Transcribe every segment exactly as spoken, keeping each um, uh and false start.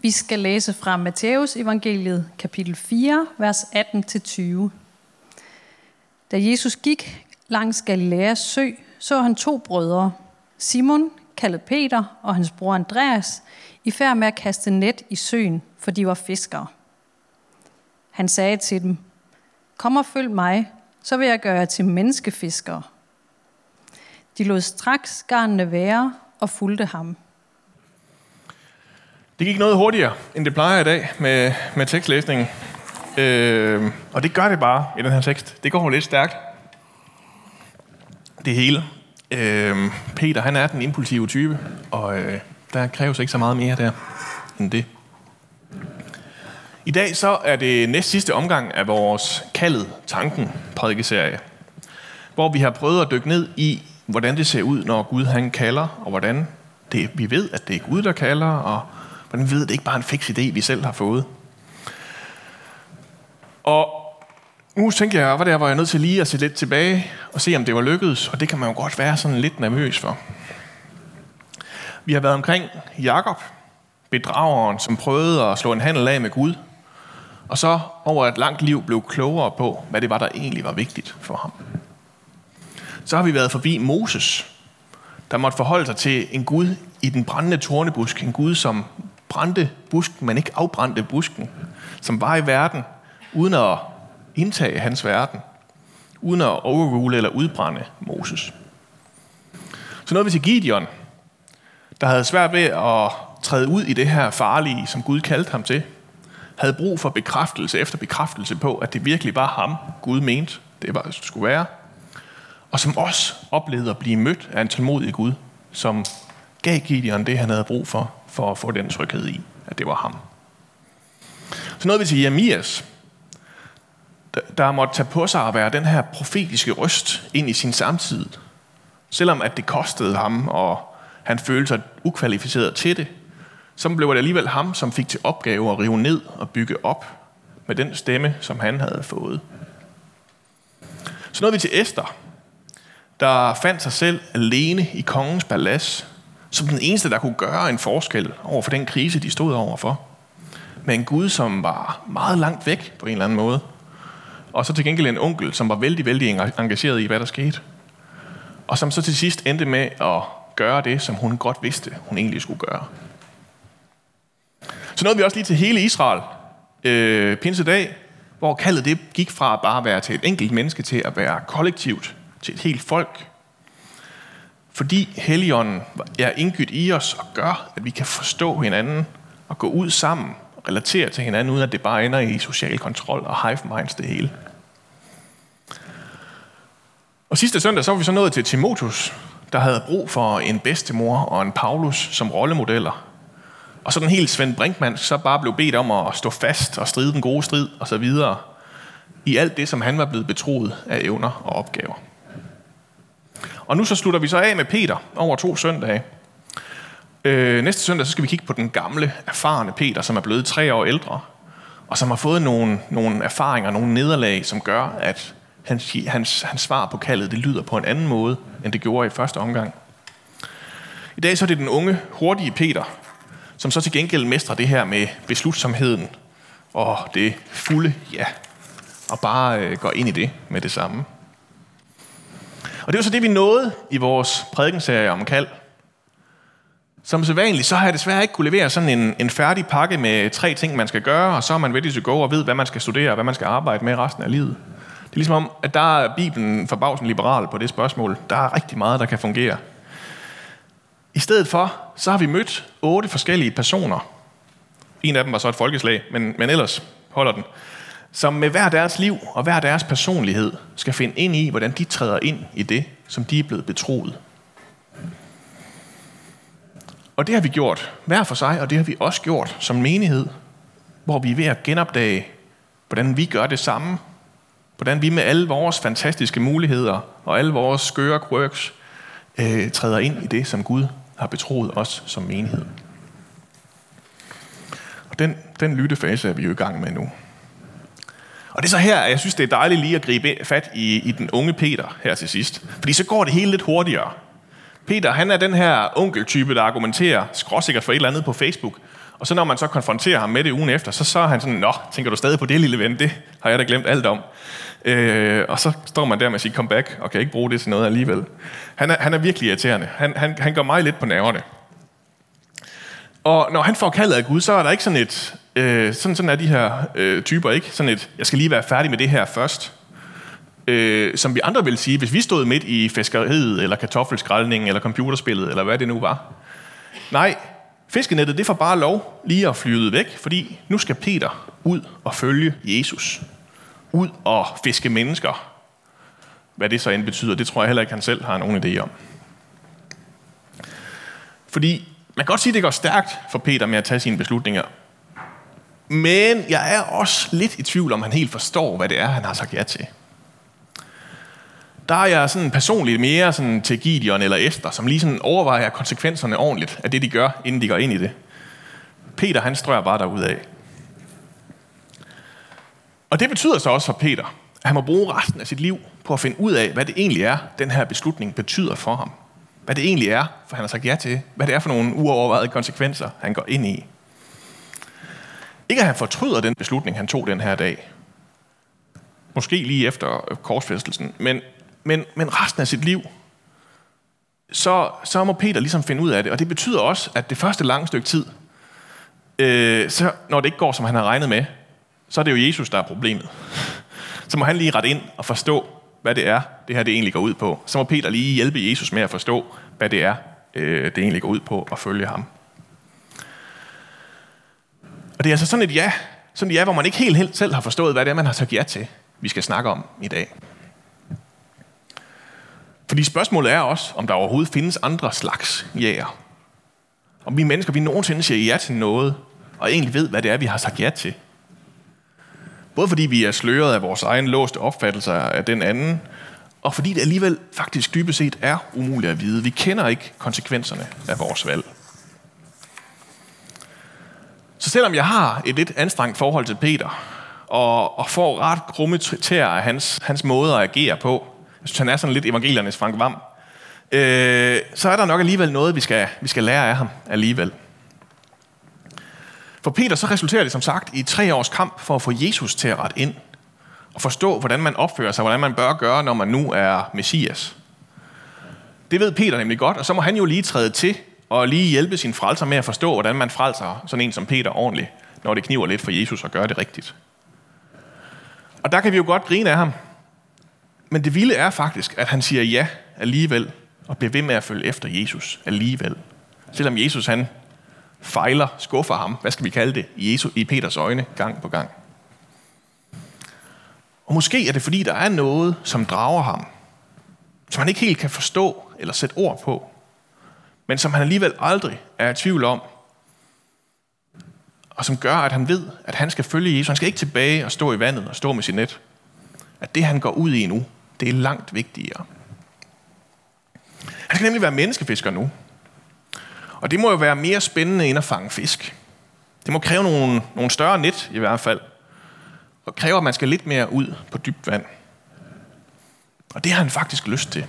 Vi skal læse fra Matthæus evangeliet, kapitel fire, vers atten til tyve. Da Jesus gik langs Galilæas sø, så han to brødre, Simon, kaldet Peter, og hans bror Andreas, i færd med at kaste net i søen, for de var fiskere. Han sagde til dem, kom og følg mig, så vil jeg gøre jer til menneskefiskere. De lod straks garnene være og fulgte ham. Det gik noget hurtigere, end det plejer i dag med, med tekstlæsningen. Øh, og det gør det bare i den her tekst. Det går lidt stærkt. Det hele. Øh, Peter, han er den impulsive type, og øh, der kræves ikke så meget mere der end det. I dag så er det næst sidste omgang af vores kaldet tanken prædikeserie, hvor vi har prøvet at dykke ned i, hvordan det ser ud, når Gud han kalder, og hvordan det, vi ved, at det er Gud, der kalder, og hvordan vi ved, at det ikke bare er en fiks idé, vi selv har fået. Og nu tænker jeg, hvad der var jeg nødt til lige at se lidt tilbage og se, om det var lykkedes, og det kan man jo godt være sådan lidt nervøs for. Vi har været omkring Jakob, bedrageren, som prøvede at slå en handel af med Gud, og så over et langt liv blev klogere på, hvad det var, der egentlig var vigtigt for ham. Så har vi været forbi Moses, der måtte forholde sig til en Gud i den brændende tornebusk, en Gud, som brændte busken, men ikke afbrændte busken, som var i verden, uden at indtage hans verden, uden at overrule eller udbrænde Moses. Så nåede vi til Gideon, der havde svært ved at træde ud i det her farlige, som Gud kaldte ham til, havde brug for bekræftelse efter bekræftelse på, at det virkelig var ham, Gud mente, det var, det skulle være, og som også oplevede at blive mødt af en tålmodig Gud, som gav Gideon det, han havde brug for, for at få den tryghed i, at det var ham. Så nåede vi til Jeremias, der måtte tage på sig at være den her profetiske røst ind i sin samtid, selvom at det kostede ham, og han følte sig ukvalificeret til det, så blev det alligevel ham, som fik til opgave at rive ned og bygge op med den stemme, som han havde fået. Så nåede vi til Ester, der fandt sig selv alene i kongens palads, som den eneste, der kunne gøre en forskel over for den krise, de stod overfor. Med en Gud, som var meget langt væk på en eller anden måde. Og så til gengæld en onkel, som var vældig, vældig engageret i, hvad der skete. Og som så til sidst endte med at gøre det, som hun godt vidste, hun egentlig skulle gøre. Så nåede vi også lige til hele Israel, øh, pinsedag, hvor kaldet det gik fra at bare være til et enkelt menneske til at være kollektivt, til et helt folk. Fordi Helligånden er indgydt i os og gør, at vi kan forstå hinanden og gå ud sammen og relatere til hinanden, uden at det bare ender i social kontrol og hive minds det hele. Og sidste søndag så var vi så nået til Timotheus, der havde brug for en bedstemor og en Paulus som rollemodeller. Og så den helt Svend Brinkmann så bare blev bedt om at stå fast og stride den gode strid og så videre i alt det, som han var blevet betroet af evner og opgaver. Og nu så slutter vi så af med Peter over to søndage. Øh, næste søndag så skal vi kigge på den gamle, erfarne Peter, som er blevet tre år ældre, og som har fået nogle, nogle erfaringer, nogle nederlag, som gør, at hans, hans, hans svar på kaldet, det lyder på en anden måde, end det gjorde i første omgang. I dag så er det den unge, hurtige Peter, som så til gengæld mestrer det her med beslutsomheden og det fulde ja, og bare øh, går ind i det med det samme. Og det var så det, vi nåede i vores prædikenserie om kald. Som sædvanligt, så har jeg desværre ikke kunne levere sådan en, en færdig pakke med tre ting, man skal gøre, og så er man ready to go og ved, hvad man skal studere og hvad man skal arbejde med resten af livet. Det er ligesom om, at der er Bibelen forbavsende liberal på det spørgsmål. Der er rigtig meget, der kan fungere. I stedet for, så har vi mødt otte forskellige personer. En af dem var så et folkeslag, men, men ellers holder den. Som med hver deres liv og hver deres personlighed skal finde ind i, hvordan de træder ind i det, som de er blevet betroet. Og det har vi gjort hver for sig, og det har vi også gjort som menighed, hvor vi er ved at genopdage, hvordan vi gør det samme, hvordan vi med alle vores fantastiske muligheder og alle vores skøre quirks øh, træder ind i det, som Gud har betroet os som menighed. Og den, den lyttefase er vi jo i gang med nu. Og det er så her, at jeg synes, det er dejligt lige at gribe fat i, i den unge Peter her til sidst. Fordi så går det hele lidt hurtigere. Peter, han er den her onkeltype, der argumenterer skråsikkert for et eller andet på Facebook, Og så når man så konfronterer ham med det ugen efter, så, så er han sådan, nå, tænker du stadig på det, lille ven? Det har jeg da glemt alt om. Øh, og så står man der med sit comeback, og kan ikke bruge det til noget alligevel. Han er, han er virkelig irriterende. Han, han, han går mig lidt på nerverne. Og når han får kaldet af Gud, så er der ikke sådan et, øh, sådan, sådan er de her øh, typer ikke, sådan et, jeg skal lige være færdig med det her først. Øh, som vi andre vil sige, hvis vi stod midt i fiskeriet, eller kartoffelskraldningen, eller computerspillet, eller hvad det nu var. Nej, fiskenettet, det får bare lov lige at flyde væk, fordi nu skal Peter ud og følge Jesus. Ud og fiske mennesker. Hvad det så end betyder, det tror jeg heller ikke, han selv har nogen idé om. Fordi man kan godt sige, at det går stærkt for Peter med at tage sine beslutninger. Men jeg er også lidt i tvivl, om han helt forstår, hvad det er, han har sagt ja til. Der er jeg sådan personligt mere sådan til Gideon eller Esther, som lige sådan overvejer konsekvenserne ordentligt af det, de gør, inden de går ind i det. Peter, han strøger bare derudad. Og det betyder så også for Peter, at han må bruge resten af sit liv på at finde ud af, hvad det egentlig er, den her beslutning betyder for ham. Hvad det egentlig er, for han har sagt ja til. Hvad det er for nogle uovervejede konsekvenser, han går ind i. Ikke at han fortryder den beslutning, han tog den her dag. Måske lige efter korsfæstelsen. Men, men, men resten af sit liv, så, så må Peter ligesom finde ud af det. Og det betyder også, at det første lange stykke tid, øh, så, når det ikke går, som han har regnet med, så er det jo Jesus, der er problemet. Så må han lige rette ind og forstå, hvad det er, det her det egentlig går ud på. Så må Peter lige hjælpe Jesus med at forstå, hvad det er, øh, det egentlig går ud på at følge ham. Og det er altså sådan et ja, sådan et ja, hvor man ikke helt, helt selv har forstået, hvad det er, man har sagt ja til, vi skal snakke om i dag. Fordi spørgsmålet er også, om der overhovedet findes andre slags jaer. Om vi mennesker, vi nogensinde siger ja til noget, og egentlig ved, hvad det er, vi har sagt ja til. Både fordi vi er sløret af vores egen låste opfattelser af den anden, og fordi det alligevel faktisk dybest set er umuligt at vide. Vi kender ikke konsekvenserne af vores valg. Så selvom jeg har et lidt anstrengt forhold til Peter, og, og får ret krumme tæer af hans, hans måde at agere på, jeg synes, han er sådan lidt evangeliernes Frank Hvam, øh, så er der nok alligevel noget, vi skal, vi skal lære af ham alligevel. For Peter så resulterer det som sagt i tre års kamp for at få Jesus til at rette ind og forstå, hvordan man opfører sig, hvordan man bør gøre, når man nu er Messias. Det ved Peter nemlig godt, og så må han jo lige træde til og lige hjælpe sin frelser med at forstå, hvordan man frelser sådan en som Peter ordentligt, når det kniver lidt for Jesus at gøre det rigtigt. Og der kan vi jo godt grine af ham. Men det vilde er faktisk, at han siger ja alligevel, og bliver ved med at følge efter Jesus alligevel. Selvom Jesus han fejler, skuffer ham, hvad skal vi kalde det, i, Jesus, i Peters øjne, gang på gang. Og måske er det fordi, der er noget, som drager ham, som han ikke helt kan forstå eller sætte ord på, men som han alligevel aldrig er i tvivl om, og som gør, at han ved, at han skal følge Jesus. Han skal ikke tilbage og stå i vandet og stå med sit net. At det, han går ud i nu, det er langt vigtigere. Han skal nemlig være menneskefisker nu. Og det må jo være mere spændende end at fange fisk. Det må kræve nogle, nogle større net i hvert fald. Og kræver, at man skal lidt mere ud på dybt vand. Og det har han faktisk lyst til.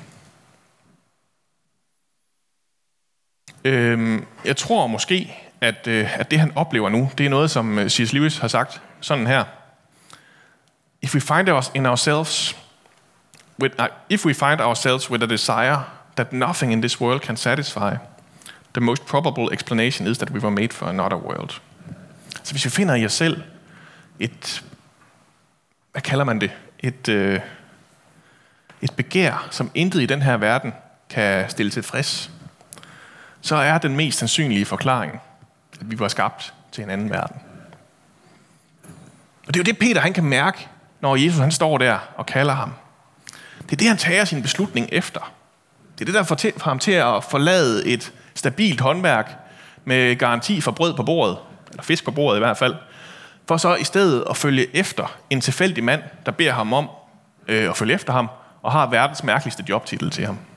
Øhm, jeg tror måske, at, øh, at det han oplever nu, det er noget, som C S Lewis har sagt sådan her. If we find us in ourselves, with, uh, if we find ourselves with a desire that nothing in this world can satisfy, the most probable explanation is that we were made for another world. Så hvis vi finder i os selv et, hvad kalder man det, et, øh, et begær, som intet i den her verden kan stille tilfreds, så er den mest sandsynlige forklaring, at vi var skabt til en anden verden. Og det er jo det, Peter han kan mærke, når Jesus han står der og kalder ham. Det er det, han tager sin beslutning efter. Det er det, der får, til, får ham til at forlade et stabilt håndværk med garanti for brød på bordet, eller fisk på bordet i hvert fald, for så i stedet at følge efter en tilfældig mand, der beder ham om øh, at følge efter ham, og har verdens mærkeligste jobtitel til ham.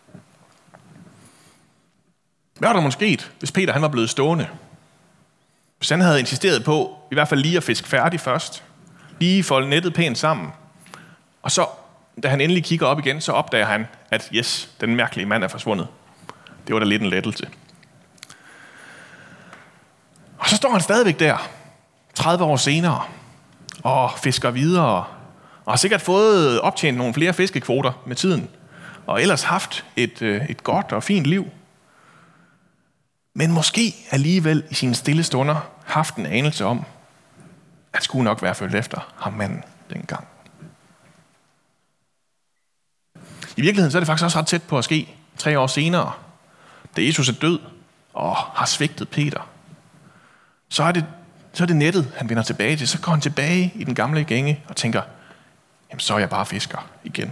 Hvad var der måske sket, hvis Peter han var blevet stående? Hvis han havde insisteret på, i hvert fald lige at fiske færdig først, lige folde nettet pænt sammen, og så, da han endelig kigger op igen, så opdager han, at yes, den mærkelige mand er forsvundet. Det var da lidt en lettelse. Og så står han stadigvæk der, tredive år senere, og fisker videre, og har sikkert fået optjent nogle flere fiskekvoter med tiden, og ellers haft et, et godt og fint liv. Men måske alligevel i sine stille stunder haft en anelse om, at skulle nok være følt efter ham manden dengang. I virkeligheden så er det faktisk også ret tæt på at ske tre år senere, da Jesus er død og har svigtet Peter. Så er det, så er det nettet, han vender tilbage til. Så går han tilbage i den gamle gænge og tænker, jamen så er jeg bare fisker igen.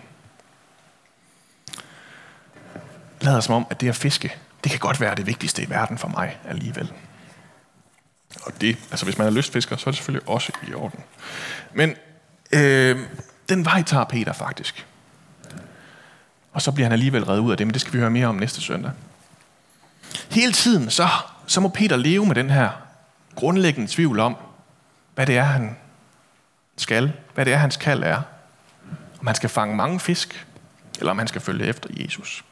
Lader som om, at det at fiske, det kan godt være det vigtigste i verden for mig alligevel. Og det, altså hvis man er lystfisker, så er det selvfølgelig også i orden. Men øh, den vej tager Peter faktisk. Og så bliver han alligevel reddet ud af det, men det skal vi høre mere om næste søndag. Hele tiden, så, så må Peter leve med den her grundlæggende tvivl om, hvad det er, han skal, hvad det er, hans kald er. Om han skal fange mange fisk, eller om han skal følge efter Jesus.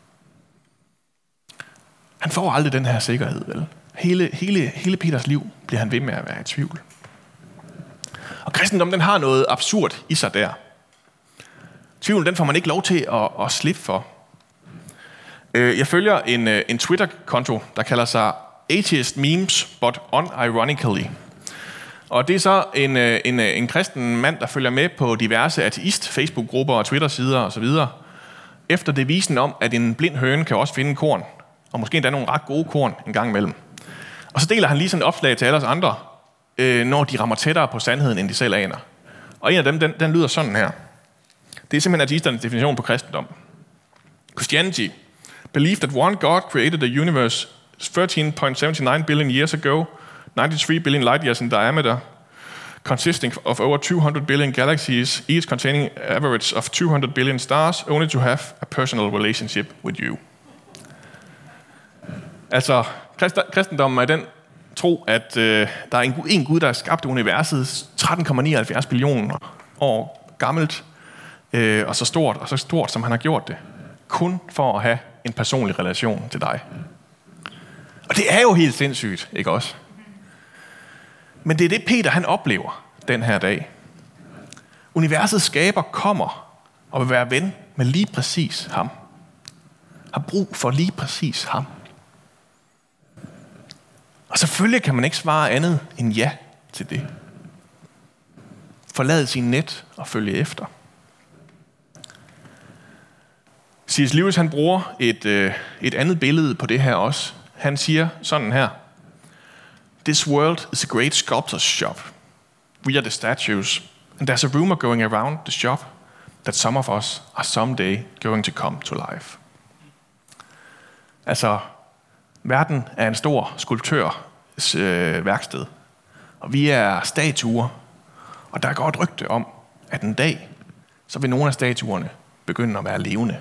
Han får aldrig den her sikkerhed, vel? Hele, hele, hele Peters liv bliver han ved med at være i tvivl. Og kristendommen, den har noget absurd i sig der. Tvivlen, den får man ikke lov til at, at slippe for. Jeg følger en, en Twitter-konto, der kalder sig Atheist Memes, but unironically. Og det er så en, en, en kristen mand, der følger med på diverse ateist-Facebook-grupper og Twitter-sider osv. Efter devisen om, at en blind høne kan også finde korn, og måske endda nogle ret gode korn en gang imellem. Og så deler han lige sådan et opslag til alle os andre, øh, når de rammer tættere på sandheden, end de selv aner. Og en af dem, den, den lyder sådan her. Det er simpelthen ateisternes definition på kristendom. Christianity, believe that one God created the universe thirteen point seven nine billion years ago, ninety-three billion light years in diameter, consisting of over two hundred billion galaxies, each containing average of two hundred billion stars, only to have a personal relationship with you. Altså, kristendommen er den tro, at øh, der er en, en Gud, der har skabt universet tretten komma nioghalvfjerds billioner år gammelt, øh, og så stort, og så stort, som han har gjort det, kun for at have en personlig relation til dig. Og det er jo helt sindssygt, ikke også? Men det er det, Peter han oplever den her dag. Universets skaber kommer og vil være ven med lige præcis ham. Har brug for lige præcis ham. Og selvfølgelig kan man ikke svare andet end ja til det. Forlade sin net og følge efter. C S Lewis han bruger et, øh, et andet billede på det her også. Han siger sådan her. This world is a great sculptor's shop. We are the statues. And there's a rumor going around the shop that some of us are someday going to come to life. Altså, verden er en stor skulptørs øh, værksted. Og vi er statuer. Og der går et rygte om, at en dag, så vil nogle af statuerne begynde at være levende.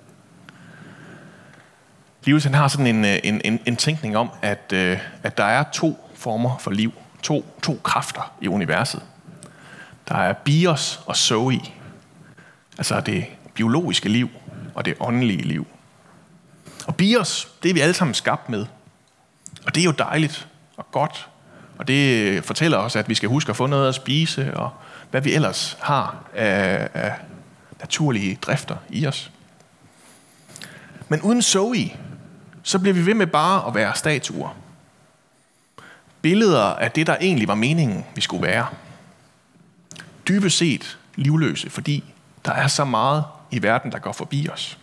Lewis han har sådan en, en, en, en tænkning om, at, øh, at der er to former for liv. To, to kræfter i universet. Der er bios og zoe. Altså det biologiske liv og det åndelige liv. Og bios, det er vi alle sammen skabt med. Og det er jo dejligt og godt. Og det fortæller os, at vi skal huske at få noget at spise, og hvad vi ellers har af, af naturlige drifter i os. Men uden zoe, så bliver vi ved med bare at være statuer. Billeder af det, der egentlig var meningen, vi skulle være. Dybest set livløse, fordi der er så meget i verden, der går forbi os.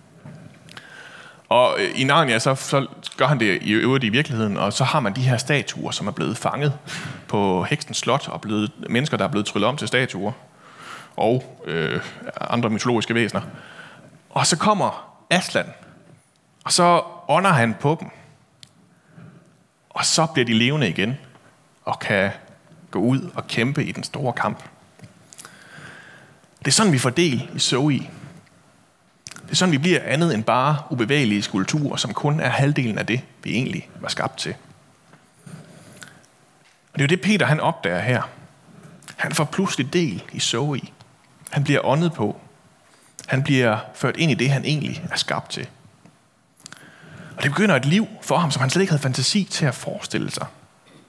Og i Narnia, så, så gør han det i øvrigt i virkeligheden, og så har man de her statuer, som er blevet fanget på heksens slot, og blevet, mennesker, der er blevet tryllet om til statuer, og øh, andre mytologiske væsener. Og så kommer Aslan, og så ånder han på dem, og så bliver de levende igen, og kan gå ud og kæmpe i den store kamp. Det er sådan, vi får del i Zoe. Det er sådan, vi bliver andet end bare ubevægelige skulpturer, som kun er halvdelen af det, vi egentlig var skabt til. Og det er jo det, Peter han opdager her. Han får pludselig del i Zoe. Han bliver åndet på. Han bliver ført ind i det, han egentlig er skabt til. Og det begynder et liv for ham, som han slet ikke havde fantasi til at forestille sig.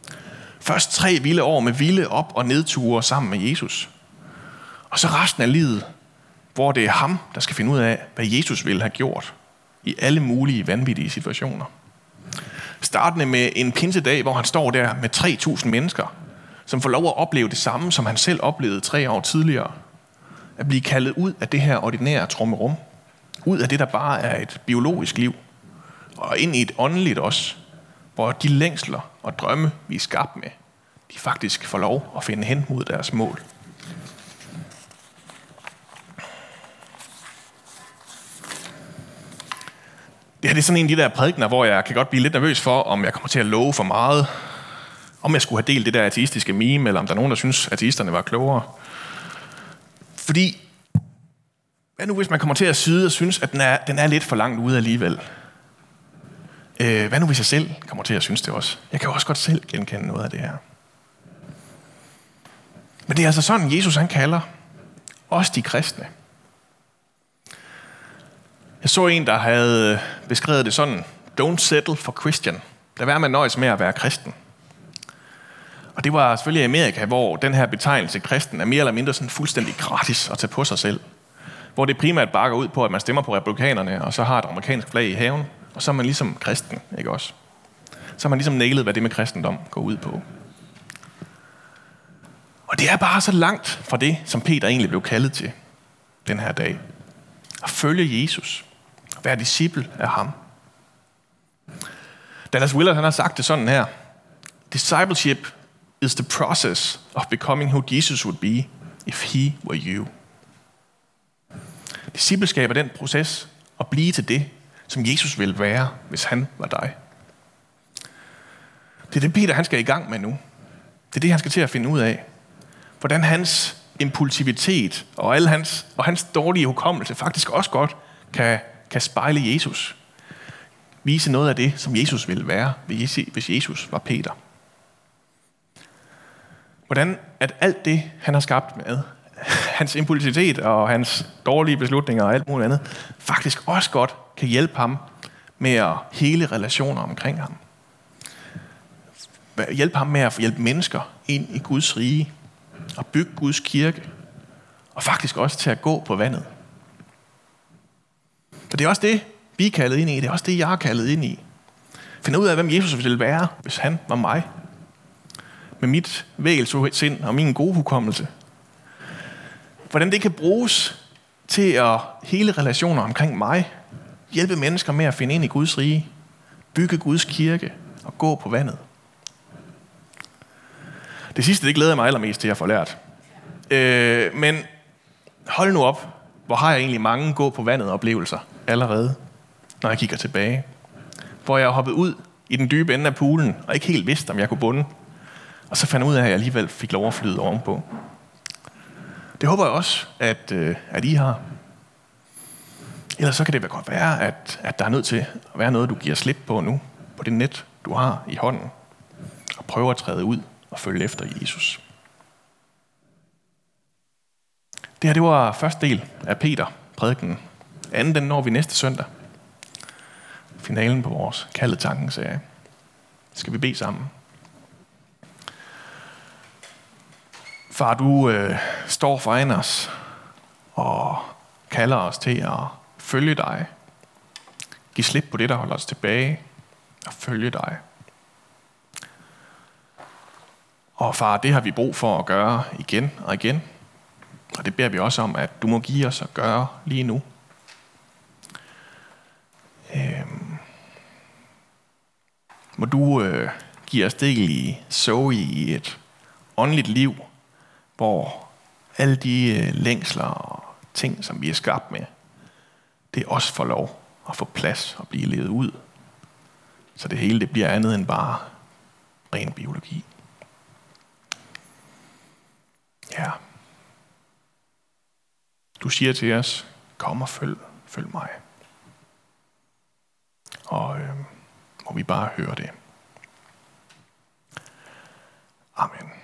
Først tre vilde år med vilde op- og nedture sammen med Jesus. Og så resten af livet, hvor det er ham, der skal finde ud af, hvad Jesus ville have gjort i alle mulige vanvittige situationer. Startende med en pinsedag, hvor han står der med tre tusind mennesker, som får lov at opleve det samme, som han selv oplevede tre år tidligere. At blive kaldet ud af det her ordinære trummerum. Ud af det, der bare er et biologisk liv. Og ind i et åndeligt også, hvor de længsler og drømme, vi er skabt med, de faktisk får lov at finde hen mod deres mål. Det her det er sådan en af de der prædikener, hvor jeg kan godt blive lidt nervøs for, om jeg kommer til at love for meget. Om jeg skulle have delt det der ateistiske meme, eller om der er nogen, der synes, at ateisterne var klogere. Fordi, hvad nu hvis man kommer til at sidde og synes, at den er, den er lidt for langt ude alligevel? Øh, hvad nu hvis jeg selv kommer til at synes det også? Jeg kan jo også godt selv genkende noget af det her. Men det er altså sådan, Jesus han kalder os de kristne. Jeg så en, der havde beskrevet det sådan: Don't settle for Christian. Lad være med at nøjes med at være kristen. Og det var selvfølgelig i Amerika, hvor den her betegnelse kristen er mere eller mindre sådan fuldstændig gratis at tage på sig selv. Hvor det primært bare går ud på, at man stemmer på republikanerne, og så har et amerikansk flag i haven, og så er man ligesom kristen, ikke også? Så har man ligesom nailet, hvad det med kristendom går ud på. Og det er bare så langt fra det, som Peter egentlig blev kaldet til den her dag. At følge Jesus. At være disciple af ham. Dallas Willard han har sagt det sådan her: Discipleship is the process of becoming who Jesus would be if he were you. Discipleskab er den proces at blive til det, som Jesus ville være, hvis han var dig. Det er det, Peter han skal i gang med nu. Det er det, han skal til at finde ud af. Hvordan hans impulsivitet og, alle hans, og hans dårlige hukommelse faktisk også godt kan, kan spejle Jesus. Vise noget af det, som Jesus ville være, hvis Jesus var Peter. Hvordan at alt det, han har skabt med, hans impulsivitet og hans dårlige beslutninger og alt muligt andet, faktisk også godt kan hjælpe ham med at hele relationer omkring ham. Hjælpe ham med at hjælpe mennesker ind i Guds rige og bygge Guds kirke, og faktisk også til at gå på vandet. For det er også det, vi er kaldet ind i. Det er også det, jeg er kaldet ind i. Find ud af, hvem Jesus ville være, hvis han var mig. Med mit vægelsind og min gode hukommelse. Hvordan det kan bruges til at hele relationer omkring mig. Hjælpe mennesker med at finde ind i Guds rige. Bygge Guds kirke og gå på vandet. Det sidste, det glæder jeg mig allermest til at få lært. Øh, men hold nu op, hvor har jeg egentlig mange gå på vandet oplevelser allerede, når jeg kigger tilbage. Hvor jeg har hoppet ud i den dybe ende af poolen, og ikke helt vidste, om jeg kunne bunde. Og så fandt jeg ud af, at jeg alligevel fik lov at flyde ovenpå. Det håber jeg også, at, øh, at I har. Ellers så kan det godt være, at, at der er nødt til at være noget, du giver slip på nu, på det net, du har i hånden, og prøver at træde ud og følge efter Jesus. Det her, det var første del af Peter prædikenen. Anden, den når vi næste søndag. Finalen på vores kaldet tanken, sagde jeg. Skal vi bede sammen? Far, du øh, står foran os og kalder os til at følge dig. Giv slip på det, der holder os tilbage, og følge dig. Og far, det har vi brug for at gøre igen og igen. Og det beder vi også om, at du må give os at gøre lige nu. Øhm. Må du øh, give os del i Zoe i et åndeligt liv, hvor alle de øh, længsler og ting, som vi er skabt med, det også får lov at få plads og blive levet ud. Så det hele det bliver andet end bare ren biologi. Ja. Du siger til os, kom og følg, følg mig. Og øh, må vi bare høre det. Amen.